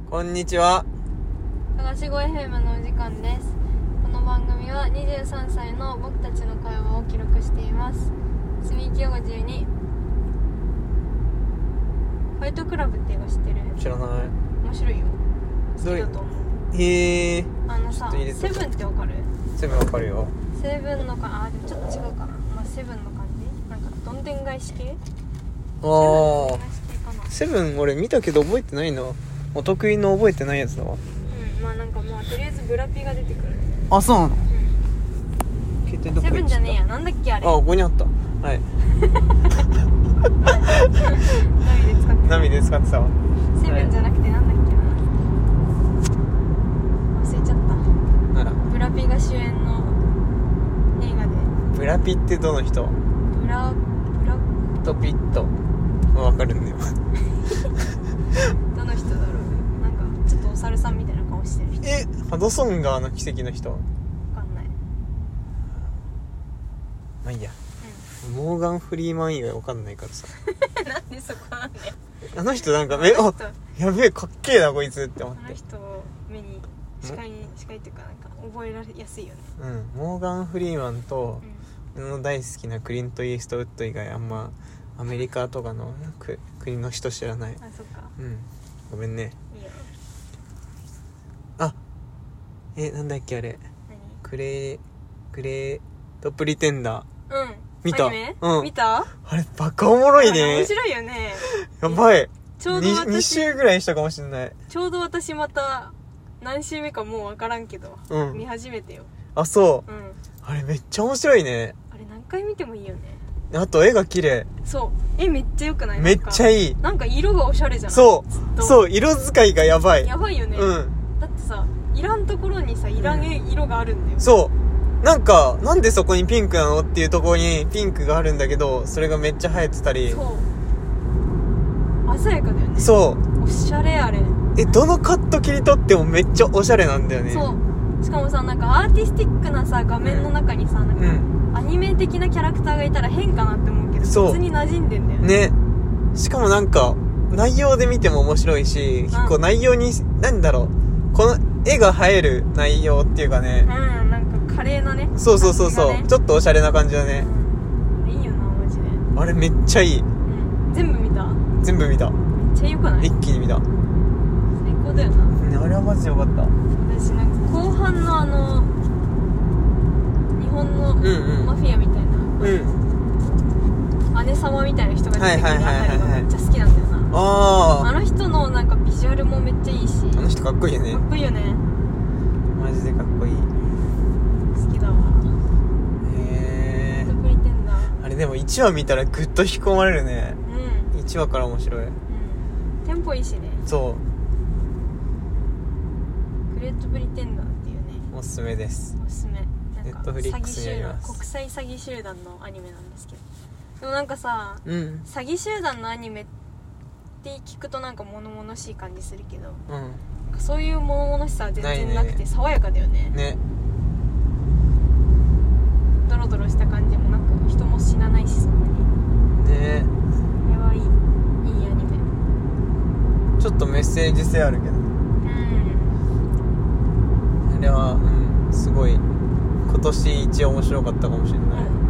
こんにちは。 流し声 FM のお時間です。この番組は23歳の僕たちの会話を記録しています。住木をご自由に。ファイトクラブって映画知ってる？ 知らない。 面白いよ。好きだと思う。 へえ。 さ、セブンってわかる？ セブンわかるよ。 セブンのか、でもちょっと違うかな。まあセブンの感じ？なんかどんでん返し系？ ああ。セブン俺見たけど覚えてないな。お得意の覚えてないやつだわ。 まあなんかとりあえずブラピが出てくる。 あ、そうなの？ 携帯どこ行っちゃった？セブンじゃねえや、なんだっけあれ。 ここにあった。はい。ナミで使ってたわ。 セブンじゃなくてなんだっけな、忘れちゃった。ブラピが主演の映画で。 ブラピってどの人？ ブラとピットわかるんだよ。 どの人だろう。なんかちょっとお猿さんみたいな顔してる人。 ハドソン川の奇跡の人？わかんない。 まあいいや、モーガン・フリーマン以外わかんないからさ。 なんでそこなんだよ。 あの人なんかやべえかっけえなこいつって思って。 あの人を目に視界っていうかなんか覚えられやすいよね。 モーガン・フリーマンと、の大好きなクリント・イーストウッド以外あんまアメリカとかの国の人知らない。 あ、そっか。 ごめんね。 いいよ。 なんだっけあれ。 何？ グレートプリテンダー。見た？ アニメ？見た？ あれバカおもろいね。 面白いよね。 やばい。 ちょうど 2週ぐらいしたかもしれない。 ちょうど私また何週目かもう分からんけど、見始めてよ。 あ、そう。あれめっちゃ面白いね。 あれ何回見てもいいよね。 あと絵が綺麗。 そう、めっちゃ良くない？ めっちゃいい。 なんか色がおしゃれじゃない？ そう色使いがやばい。 やばいよね。だってさ、いらんところにさ、いらん色があるんだよ。 そうなんかなんでそこにピンクなのっていうところにピンクがあるんだけど、それがめっちゃ映えてたり。 そう鮮やかだよね。 そうおしゃれ。あれどのカット切り取ってもめっちゃおしゃれなんだよね。 そうしかもさ、なんかアーティスティックなさ画面の中にさ、なんかアニメ的なキャラクターがいたら変かなって思うけど、普通に馴染んでんだよね。 しかもなんか内容で見ても面白いし、結構内容になんだろう、この絵が映える内容っていうかね。 なんか華麗なね。 そう、ちょっとおしゃれな感じだね。 いいよなマジで。 あれめっちゃいい。 全部見た？ 全部見た。 めっちゃ良くない？ 一気に見た。 最高だよな。 あれはマジでよかった。 私なんか後半の日本のマフィアみたいな、姉様みたいな人が出てくるあたりがめっちゃ好きなんだよな。あの人のなんかビジュアルもめっちゃいいし。 あの人かっこいいよね。 かっこいいよね。 マジでかっこいい。 好きだわ。プリテンダー。 あれでも1話見たらグッと引き込まれるね。1話から面白い。 テンポいいしね。 そう。 グレートプリテンダーっていうね。 おすすめです。 おすすめ。 ネットフリックスにあります。 国際詐欺集団のアニメなんですけど。でもなんかさ、詐欺集団のアニメって聞くとなんか物々しい感じするけど、そういう物々しさは全然なくて爽やかだよね。ドロドロした感じもなく、人も死なないし、そんなにあれはいいアニメ。 ちょっとメッセージ性あるけど、あれはすごい今年一面白かったかもしれない。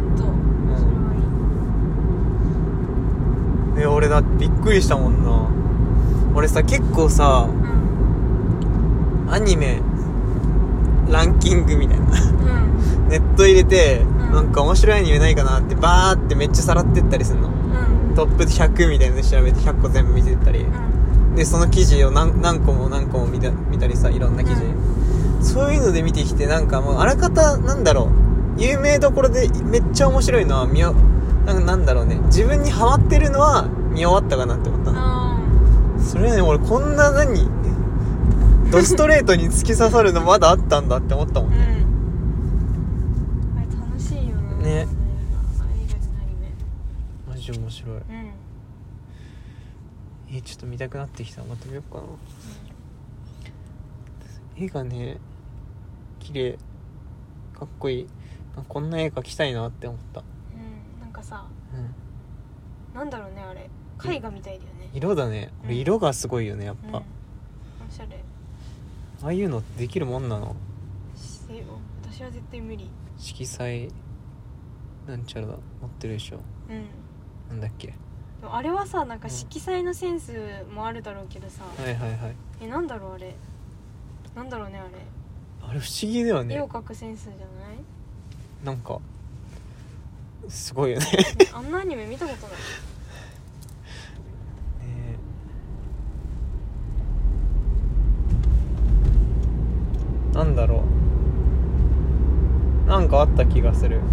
俺だってびっくりしたもんな。俺さ結構さ、アニメランキングみたいな、ネット入れて、なんか面白いアニメないかなってバーってめっちゃさらってったりするの。トップ100みたいなの調べて100個全部見てったり、でその記事を何個も見たりさ、いろんな記事、そういうので見てきて、なんかもうあらかたなんだろう、有名どころでめっちゃ面白いのはなんだろうね、自分にハマってるのは見終わったかなって思ったの。それね、俺こんなドストレートに突き刺さるのまだあったんだって思ったもんね。 あれ楽しいよなね。 アニメマジ面白い。ちょっと見たくなってきた。また見よっかな。絵がね綺麗、かっこいい。こんな絵描きたいなって思った。 なんかさ、なんだろうね、あれ絵画みたいだよね。 色だね。俺色がすごいよねやっぱ。 なんおしゃれ。 ああいうのできるもんなの？ 私は絶対無理。 色彩なんちゃらだ持ってるでしょ。なんだっけ。 あれはさ、なんか色彩のセンスもあるだろうけどさ、 はいはいはい。 なんだろうあれ、なんだろうねあれ不思議だよね。 絵を描くセンスじゃない？ なんかすごいよねあんなアニメ見たことない。 なんだろう、なんかあった気がする。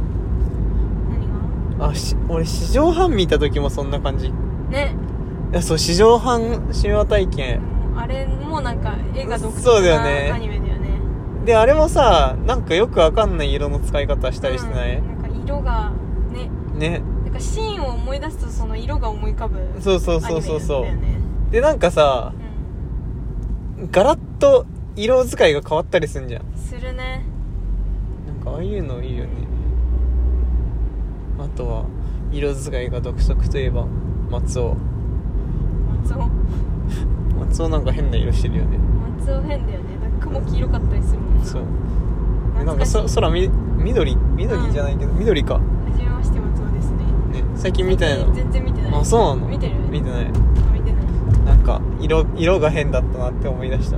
何が？ 俺四畳半見た時もそんな感じね。 いや、そう、四畳半神話体験、 あれもなんか絵が独特そうだよねなアニメだよね。 で、あれもさ、なんかよくわかんない色の使い方したりしてない？ なんか色がね、なんかシーンを思い出すとその色が思い浮かぶアニメだよね。 そうで、なんかさ、ガラッと色使いが変わったりすんじゃん。 するね。 なんかああいうのいいよね。あとは色使いが独特といえば松尾なんか変な色してるよね。 松尾変だよね。なんか雲黄色かったりするもん。 そうで、なんか空緑じゃないけど、緑か。 はじめまして、松尾ですね。 最近見てないの？ 全然見てない。 あ、そうなの？ 見てる？ 見てない。 見てない。 なんか色が変だったなって思い出した。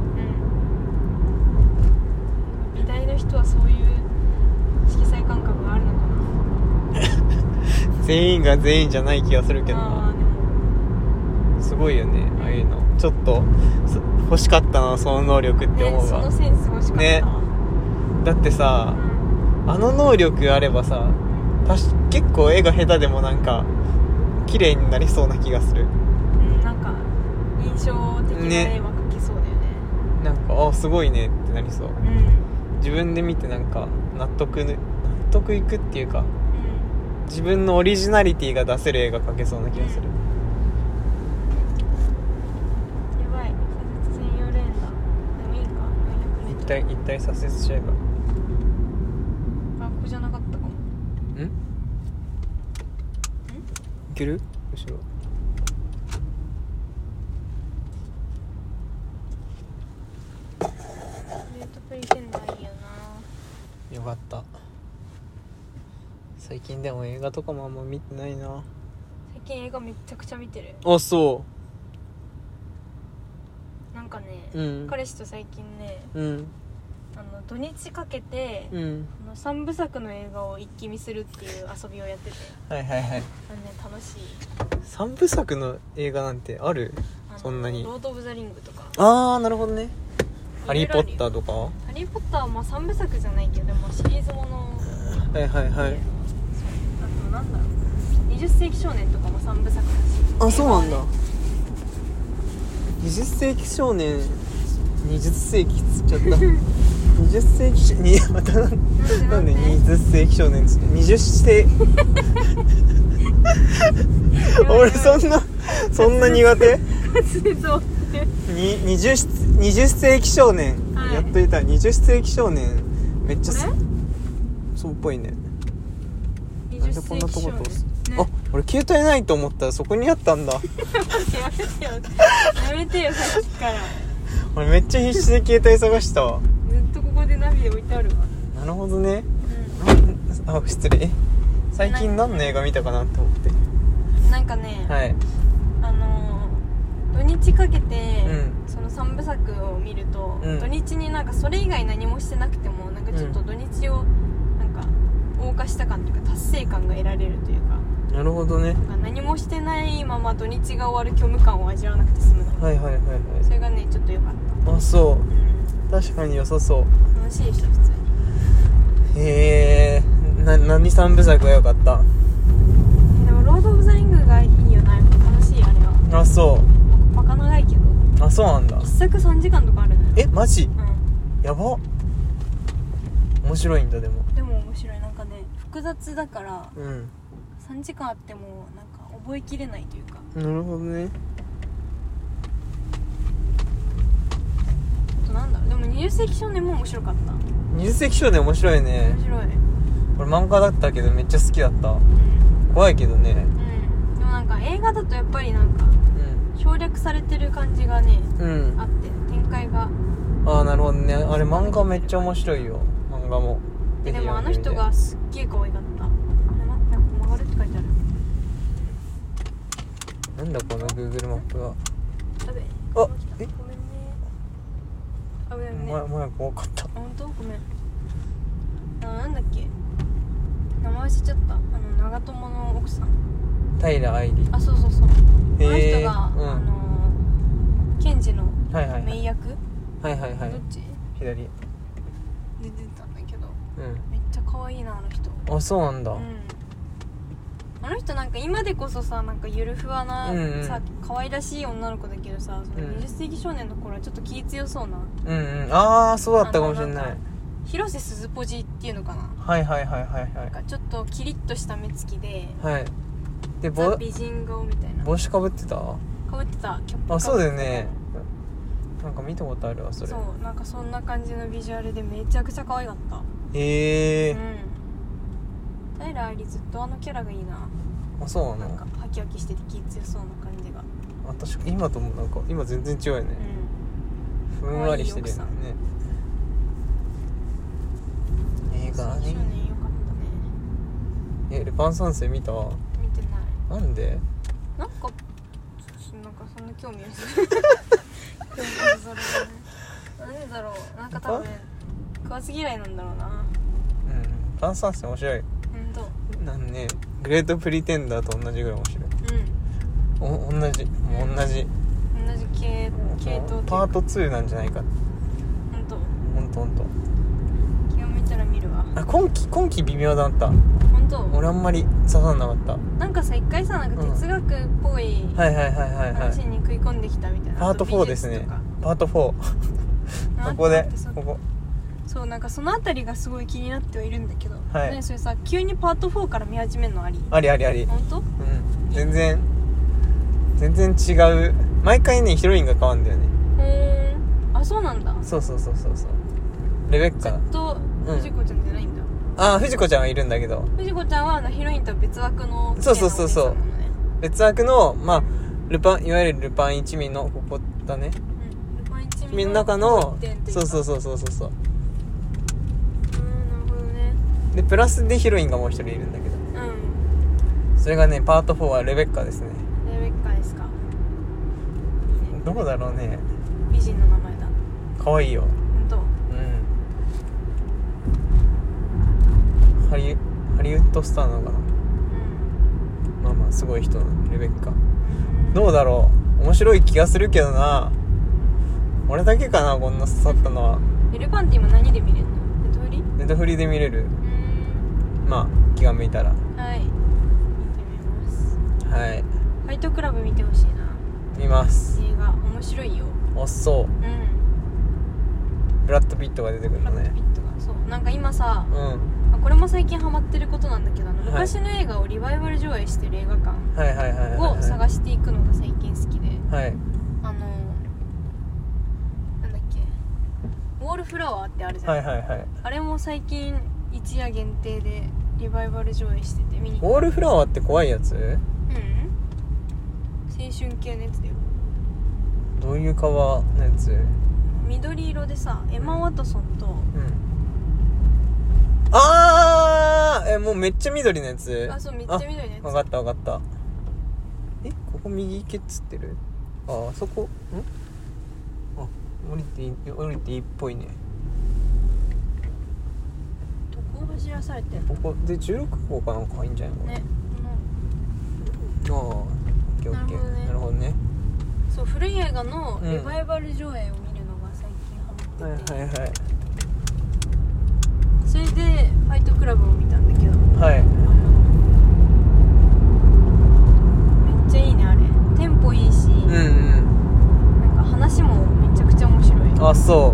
美大の人はそういう色彩感覚があるのかな全員が全員じゃない気がするけどな。すごいよね、ああいうの。ちょっと欲しかったな、その能力って思うわ。 そのセンス欲しかったね。だってさ、あの能力あればさ、結構絵が下手でもなんか綺麗になりそうな気がする。 なんか印象的な絵は描けそうだよね。 なんかすごいねってなりそう。自分で見てなんか納得いくっていうか、自分のオリジナリティが出せる絵が描けそうな気がする。 やばい、左折専用レーンだ。でもいいか、 一体左折しちゃえば。 ここじゃなかったかも。 いける？後ろ。 レートプリテンダーいいよな。 よかった。最近でも映画とかもあんま見てないな。 最近映画めちゃくちゃ見てる。 あ、そう。 なんかね、彼氏と最近ね、土日かけて、3部作の映画を一気見するっていう遊びをやってて、 はいはいはい。 楽しい。 3部作の映画なんてある？そんなに。 ロード・オブ・ザ・リングとか。 なるほどね。ハリー・ポッターとか。 ハリー・ポッターはまあ3部作じゃないけど、シリーズもの。 はいはいはい。 あとなんだろう、20世紀少年とかも3部作だし。 あ、そうなんだ。20世紀少年、20世紀つっちゃった20世紀にまたなんで20世紀少年つって20世俺そんな苦手20世紀少年、やっといた。20世紀少年めっちゃそうっぽいね。なんでこんなとこ通す、あ、俺携帯ないと思ったらそこにあったんだやめてよさっきから。 俺めっちゃ必死で携帯探したわ。 ずっとここでナビで置いてあるわ。 なるほどね、あ、失礼。最近何の映画見たかなって思って。 なんかね、 はい、 土日かけて、その3部作を見ると、土日になんかそれ以外何もしてなくてもなんかちょっと土日をなんか謳歌した感というか達成感が得られるというか。 なるほどね。 なんか何もしてないまま土日が終わる虚無感を味わわなくて済むの。 はいはいはいはい。 それがねちょっと良かった。 あ、そう、確かに良さそう。 楽しい人普通に。 へえ、何3部作が良かった？ でもロード・オブ・ザ・リングがいいよな。楽しいあれは。 あ、そう。 バカ長いけど。 あ、そうなんだ。 1作3時間とかあるのよ。 マジ？やば。面白いんだ。でも面白い。なんかね複雑だから、3時間あってもなんか覚えきれないというか。 なるほどね。 あとなんだろう、でも20世紀少年も面白かった。 20世紀少年面白いね。 面白い。 俺漫画だったけどめっちゃ好きだった、怖いけどね。 でもなんか映画だとやっぱりなんか、省略されてる感じがね、あってなるほどね。あれ漫画めっちゃ面白いよ。漫画もでもあの人がすっげえ可愛かった。なんか曲がるって書いてある。なんだこの Google マップは。 あべ、 あ、 ごめんね。あべね。 前怖かった。 本当？ごめん。なんだっけ。名前忘れちゃった。長友の奥さん。 平愛理。 あ、そうそうそう。あの人が、検事の名役。 はいはいはい。 どっち？ 左。 で出てたんだけど。めっちゃ可愛いなあの人。 あ、そうなんだ。 あの人なんか今でこそさ、なんかゆるふわな、さ可愛らしい女の子だけどさ、その20世紀少年の頃はちょっと気強そうな。 ああ、そうだったかもしれない。 広瀬すずポジっていうのかな。 はいはいはいはいはい。 なんかちょっとキリッとした目つきで。 はい。でザ美人顔みたいな。 帽子かぶってた？ かぶってた。 あ、そうだよね。なんか見たことあるわそれ。 そう、なんかそんな感じのビジュアルでめちゃくちゃ可愛かった。 平愛理ずっとあのキャラがいいな。 あ、そうなの。 なんかハキハキしてて気強そうな感じが。 あ、確か今ともなんか今全然違うよね。ふんわりしてるよね。映画ね。ルパン三世見た？見てない。 なんで？ なんかそんな興味ある。なんだろう。なんか多分食わず嫌いなんだろうな。 ルパン三世面白い。なんね、グレートプリテンダーと同じぐらい面白い。同じ系統。パート2なんじゃないか。ほんと気が向いたら見るわ。 あ、今期微妙だった。俺あんまり刺さんなかった。 なんかさ、一回さ、なんか哲学っぽい話に食い込んできたみたいな。 パート4ですね。パート4。ここでここ。 そう、なんかそのあたりがすごい気になってはいるんだけど、 ね、 それさ、急にパート4から見始めるのあり？ あり。 本当？ 全然違う。毎回ねヒロインが変わるんだよね。 あ、そうなんだ。 そうレベッカ。 ずっと藤子ちゃんじゃないんだ。 あ、藤子ちゃんはいるんだけど、 藤子ちゃんはヒロインとは別枠の、 そう別枠の、まあルパン、いわゆるルパン一味のここだね。 ルパン一味の中の、そう。 なるほどね。 でプラスでヒロインがもう一人いるんだけど、それがね、パート4はレベッカですね。 レベッカですか。 どこだろうね。 美人の名前だ。 可愛いよ。ハリウッドスターなのかな。まあすごい人なのレベッカ。どうだろう、面白い気がするけどな。俺だけかなこんな刺さったのは。 ルパンって今何で見れるの？ ネットフリで見れる。まあ気が向いたら。 はい、見てみます。 はい。 ファイトクラブ見てほしいな。 見ます。 映画面白いよ。 あ、そう。ブラッド・ピットが出てくるのね。 そう、なんか今さ、これも最近ハマってることなんだけど、昔の映画をリバイバル上映してる映画館を探していくのが最近好きで、なんだっけ、ウォールフラワーってあるじゃん。あれも最近一夜限定でリバイバル上映してて見に行った。 ウォールフラワーって怖いやつ？ 青春系のやつだよ。 どういう革のやつ？ 緑色でさ、エマ・ワトソンと、 もうめっちゃ緑のやつ。 あ、そう、めっちゃ緑のやつ。 分かったここ右行けっつってる。あそこ降りていいっぽいね。 どこを走らされてんの？ ここで16号かなんかいいんじゃないのね。オッケー。なるほどね。 そう、古い映画のリバイバル上映を見るのが最近ハマってて、それでファイトクラブを見たんだけど、めっちゃいいね。あれテンポいいし、なんか話もめちゃくちゃ面白い。 あ、そう、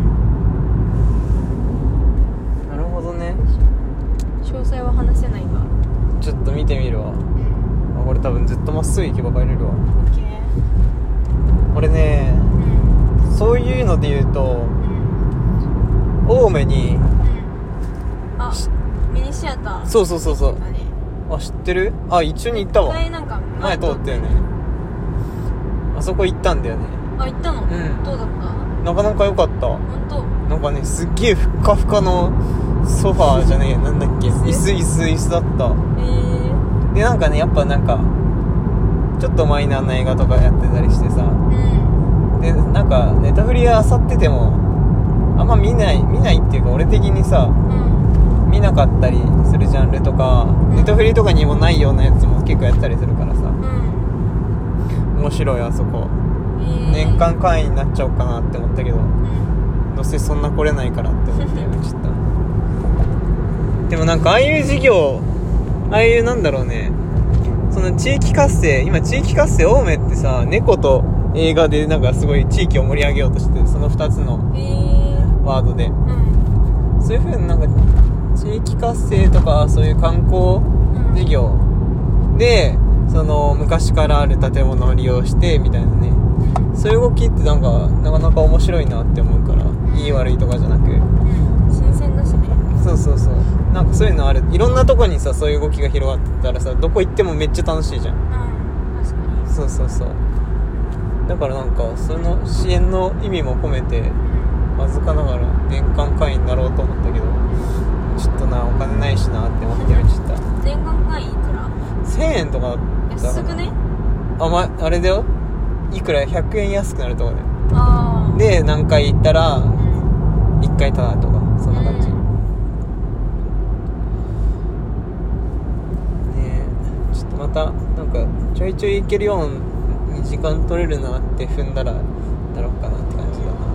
なるほどね。 詳細は話せないがちょっと見てみるわ。これ多分ずっとまっすぐ行けば帰れるわ。俺ね、そういうので言うと、青梅に、 ミニシアター。 そう。あ、知ってる？あ、一緒に行ったわ。 なんか前通ったよね。あそこ行ったんだよね。 あ、行ったの？どうだった？ なかなか良かった。 本当？ なんかね、すっげえふっかふかのソファーじゃねえ、なんだっけ、椅子だった。で、なんかね、やっぱなんかちょっとマイナーな映画とかやってたりしてさ、で、なんかネタフリあさっててもあんま見ないっていうか、俺的にさ、見なかったりするジャンルとか、ネタフリとかにもないようなやつも結構やったりするからさ、面白い。あそこ年間会員になっちゃおうかなって思ったけど、どうせそんな来れないからって思ってやめちゃったでもなんかああいう事業、ああいうなんだろうね、その地域活性、今地域活性青梅ってさ、猫と映画でなんかすごい地域を盛り上げようとして、その2つのワードで、そういう風になんか地域活性とかそういう観光事業で、その昔からある建物を利用してみたいなね、そういう動きってなんかなかなか面白いなって思うから、いい悪いとかじゃなく、 新鮮だしね。 そうなんかそういうのある。いろんなとこにさ、そういう動きが広がってたらさ、どこ行ってもめっちゃ楽しいじゃん。 確かに。 そうだからなんかその支援の意味も込めて、わずかながら年間会員になろうと思ったけど、ちょっとな、お金ないしなって思ってやめちゃった。 年間会員いくら ？1000円とかだった。 安くね？ あれだよ、いくら100円安くなるとかだよ。で何回行ったら1回タダとか、そんな感じ。ちょっとまたなんかちょいちょい行けるように時間取れるなって踏んだらなろうかなって感じだな。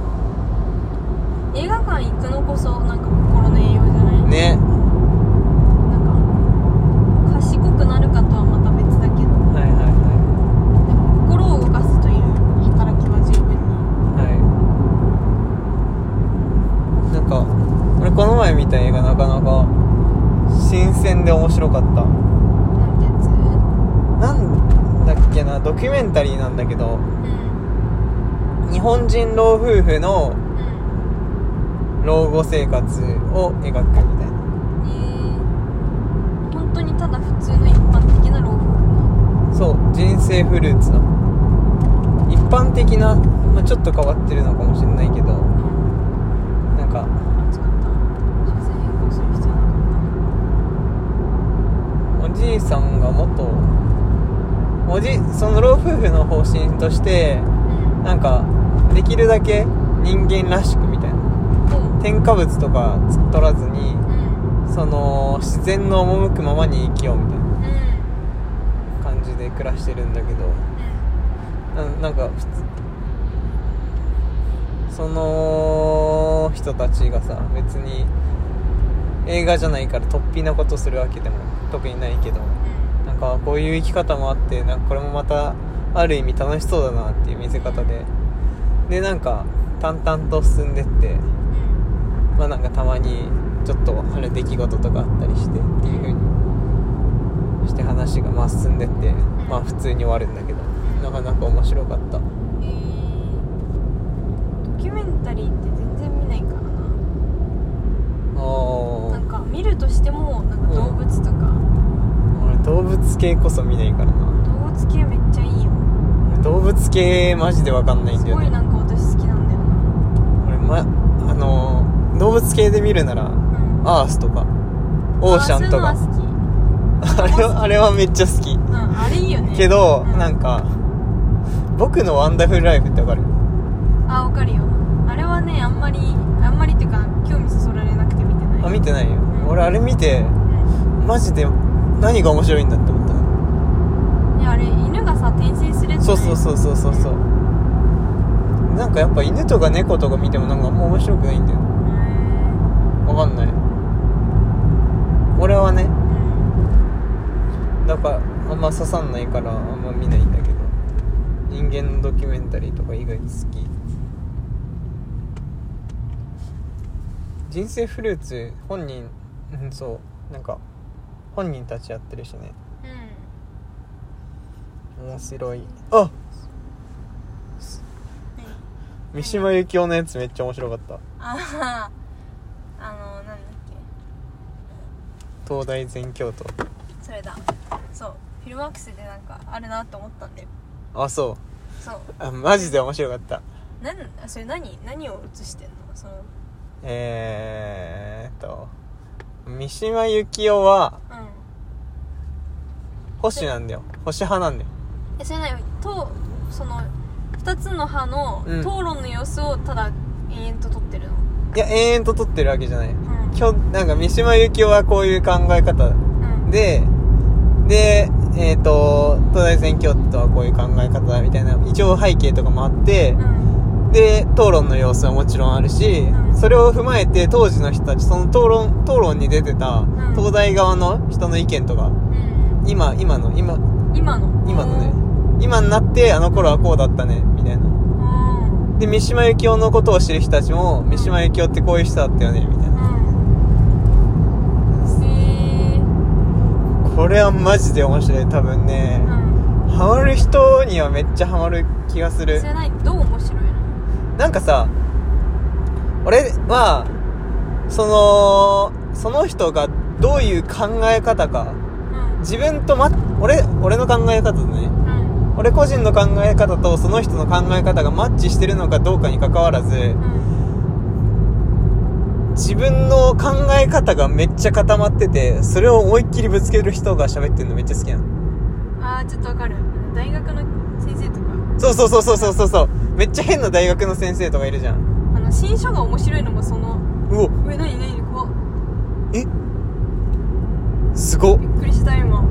映画館行くのこそなんか心の栄養じゃないね。 なんか賢くなるかとはまた別だけど、でも心を動かすという働きは十分に。 なんか俺この前見た映画なかなか新鮮で面白かった。なんだっけな、ドキュメンタリーなんだけど、日本人老夫婦の老後生活を描くみたいな。 本当にただ普通の一般的な老夫婦？ そう、人生フルーツだ。一般的な、ちょっと変わってるのかもしれないけど、なんかおじいさんがその老夫婦の方針として、なんかできるだけ人間らしくみたいな、添加物とか取らずに、その自然の赴くままに生きようみたいな感じで暮らしてるんだけど、なんかその人たちがさ、別に映画じゃないから突飛なことするわけでも特にないけど、なんかこういう生き方もあって、なんかこれもまたある意味楽しそうだなっていう見せ方で、なんか淡々と進んでって、なんかたまにちょっとある出来事とかあったりしてっていう風にして話が進んでって、普通に終わるんだけど、なかなか面白かった。 ドキュメンタリーって全然見ないからな。なんか見るとしてもなんか動物とか、 俺動物系こそ見ないからな。 動物系めっちゃいいよ。 動物系マジで分かんないんだよね。 すごいなんか私好きなんだよな。 俺動物系で見るなら、アースとかオーシャンとか、あれはめっちゃ好き。 あれいいよね。 けど、なんか僕のワンダフルライフって分かる？ 分かるよ。あれはね、あんまりっていうか興味そそられなくて見てない。 見てないよ。俺あれ見て、マジで何が面白いんだって思ったの。 あれ犬がさ転生するって、 そうなんかやっぱ犬とか猫とか見てもなんかもう面白くないんだよ。わかんない、俺はね、だからあんま刺さんないからあんま見ないんだけど、人間のドキュメンタリーとか意外と好き。人生フルーツ本人、そうなんか本人たちやってるしね、面白い。三島由紀夫のやつめっちゃ面白かった。 なんだっけ、 東大全教徒。 それだ。そう、フィルマークスでなんかあるなと思ったんだよ。 そう。 そうマジで面白かった。 それ何を映してんの？その三島由紀夫は、保守なんだよ。保守派なんだよ。 それ何その2つの派の討論の様子をただ延々と撮ってるの？ いや、延々と撮ってるわけじゃない。なんか三島由紀夫はこういう考え方で、東大宣教とはこういう考え方だみたいな一応背景とかもあって、で討論の様子はもちろんあるし、それを踏まえて当時の人たち、その討論に出てた東大側の人の意見とか、今のね、今になってあの頃はこうだったねみたいな。で三島由紀夫のことを知る人たちも、三島由紀夫ってこういう人だったよねみたいな。これはマジで面白い。多分ね、ハマる人にはめっちゃハマる気がする。 それどう面白いの？ なんかさ、俺はその人がどういう考え方か、自分と俺の考え方とね、俺個人の考え方とその人の考え方がマッチしてるのかどうかに関わらず、自分の考え方がめっちゃ固まってて、それを思いっきりぶつける人が喋ってるのめっちゃ好きなの。 ちょっとわかる。大学の先生とか。 そうめっちゃ変な大学の先生とかいるじゃん。 新書が面白いのもその。 うお。 何怖っ。 すごっ。 びっくりした今。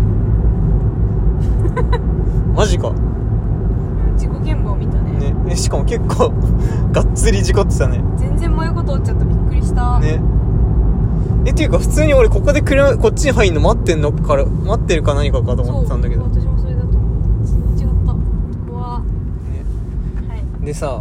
マジか。 事故現場を見たね。 しかも結構がっつり事故ってたね。 全然真横通っちゃった。びっくりしたね。っていうか普通に俺ここでこっちに入るの待ってるか何かかと思ってたんだけど。 私もそれだと思った。全然違った。怖っ。はい。 でさ、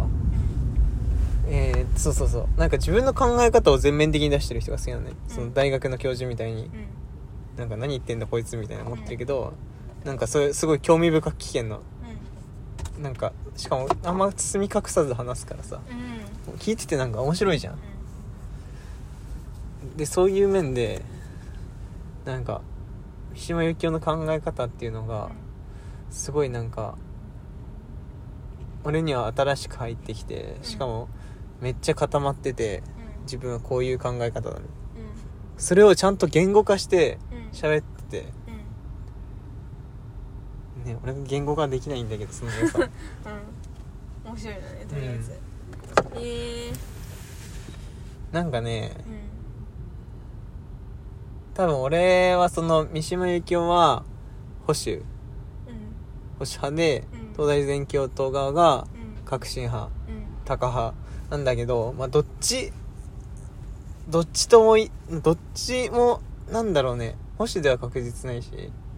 そうなんか自分の考え方を全面的に出してる人が好きなのね。その大学の教授みたいに、なんか何言ってんだこいつみたいな思ってるけど、なんかそれすごい興味深く聞けんの。なんかしかもあんま包み隠さず話すからさ、聞いててなんか面白いじゃん。でそういう面でなんか三島由紀夫の考え方っていうのがすごいなんか俺には新しく入ってきて、しかもめっちゃ固まってて、自分はこういう考え方だね、それをちゃんと言語化して喋ってて、俺が言語化できないんだけどその良さ面白いのね、とりあえず。 なんかね、多分俺はその三島由紀夫は保守派で、東大全教頭側が革新派、タカ派なんだけど、どっちもなんだろうね、保守では確実ないし、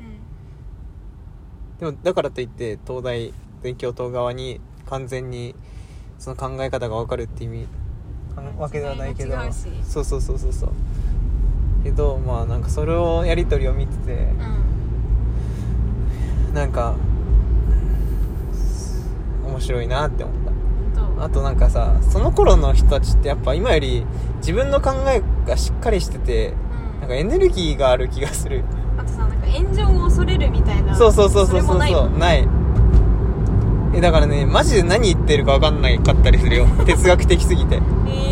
でもだからといって東大全教頭側に完全にその考え方が分かるって意味わけではないけど、そうけどなんかそれをやり取りを見てて、なんか面白いなって思った。あとなんかさ、その頃の人たちってやっぱ今より自分の考えがしっかりしてて、なんかエネルギーがある気がする。 あとさ、なんか炎上を恐れるみたいな。 そうない。だからね、マジで何言ってるか分かんないかったりするよ哲学的すぎて。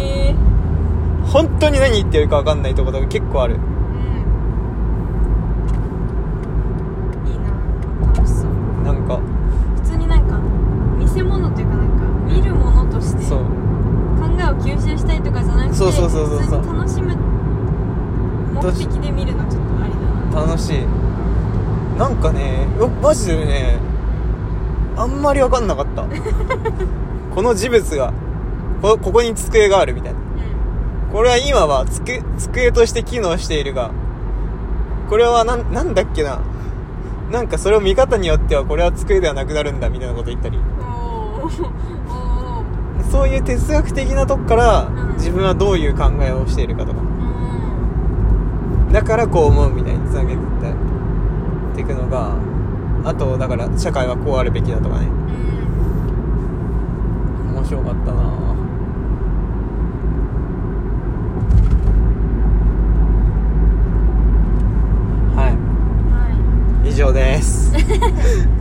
本当に何言ってるか分かんないところが結構ある。 いいな、楽しそう。 なんか普通になんか見せ物というか、なんか見るものとして考えを吸収したいとかじゃなくて、普通に楽しむ目的で見るのちょっとありだな。 楽しい。なんかね、マジでね、あんまり分かんなかったこの事物がここに机があるみたいな、これは今は机として機能しているが、これはなんだっけな、なんかそれを見方によってはこれは机ではなくなるんだみたいなこと言ったり、そういう哲学的なとこから自分はどういう考えをしているかとか、だからこう思うみたいにつなげていくのが、あとだから社会はこうあるべきだとかね、面白かったな。はい、以上です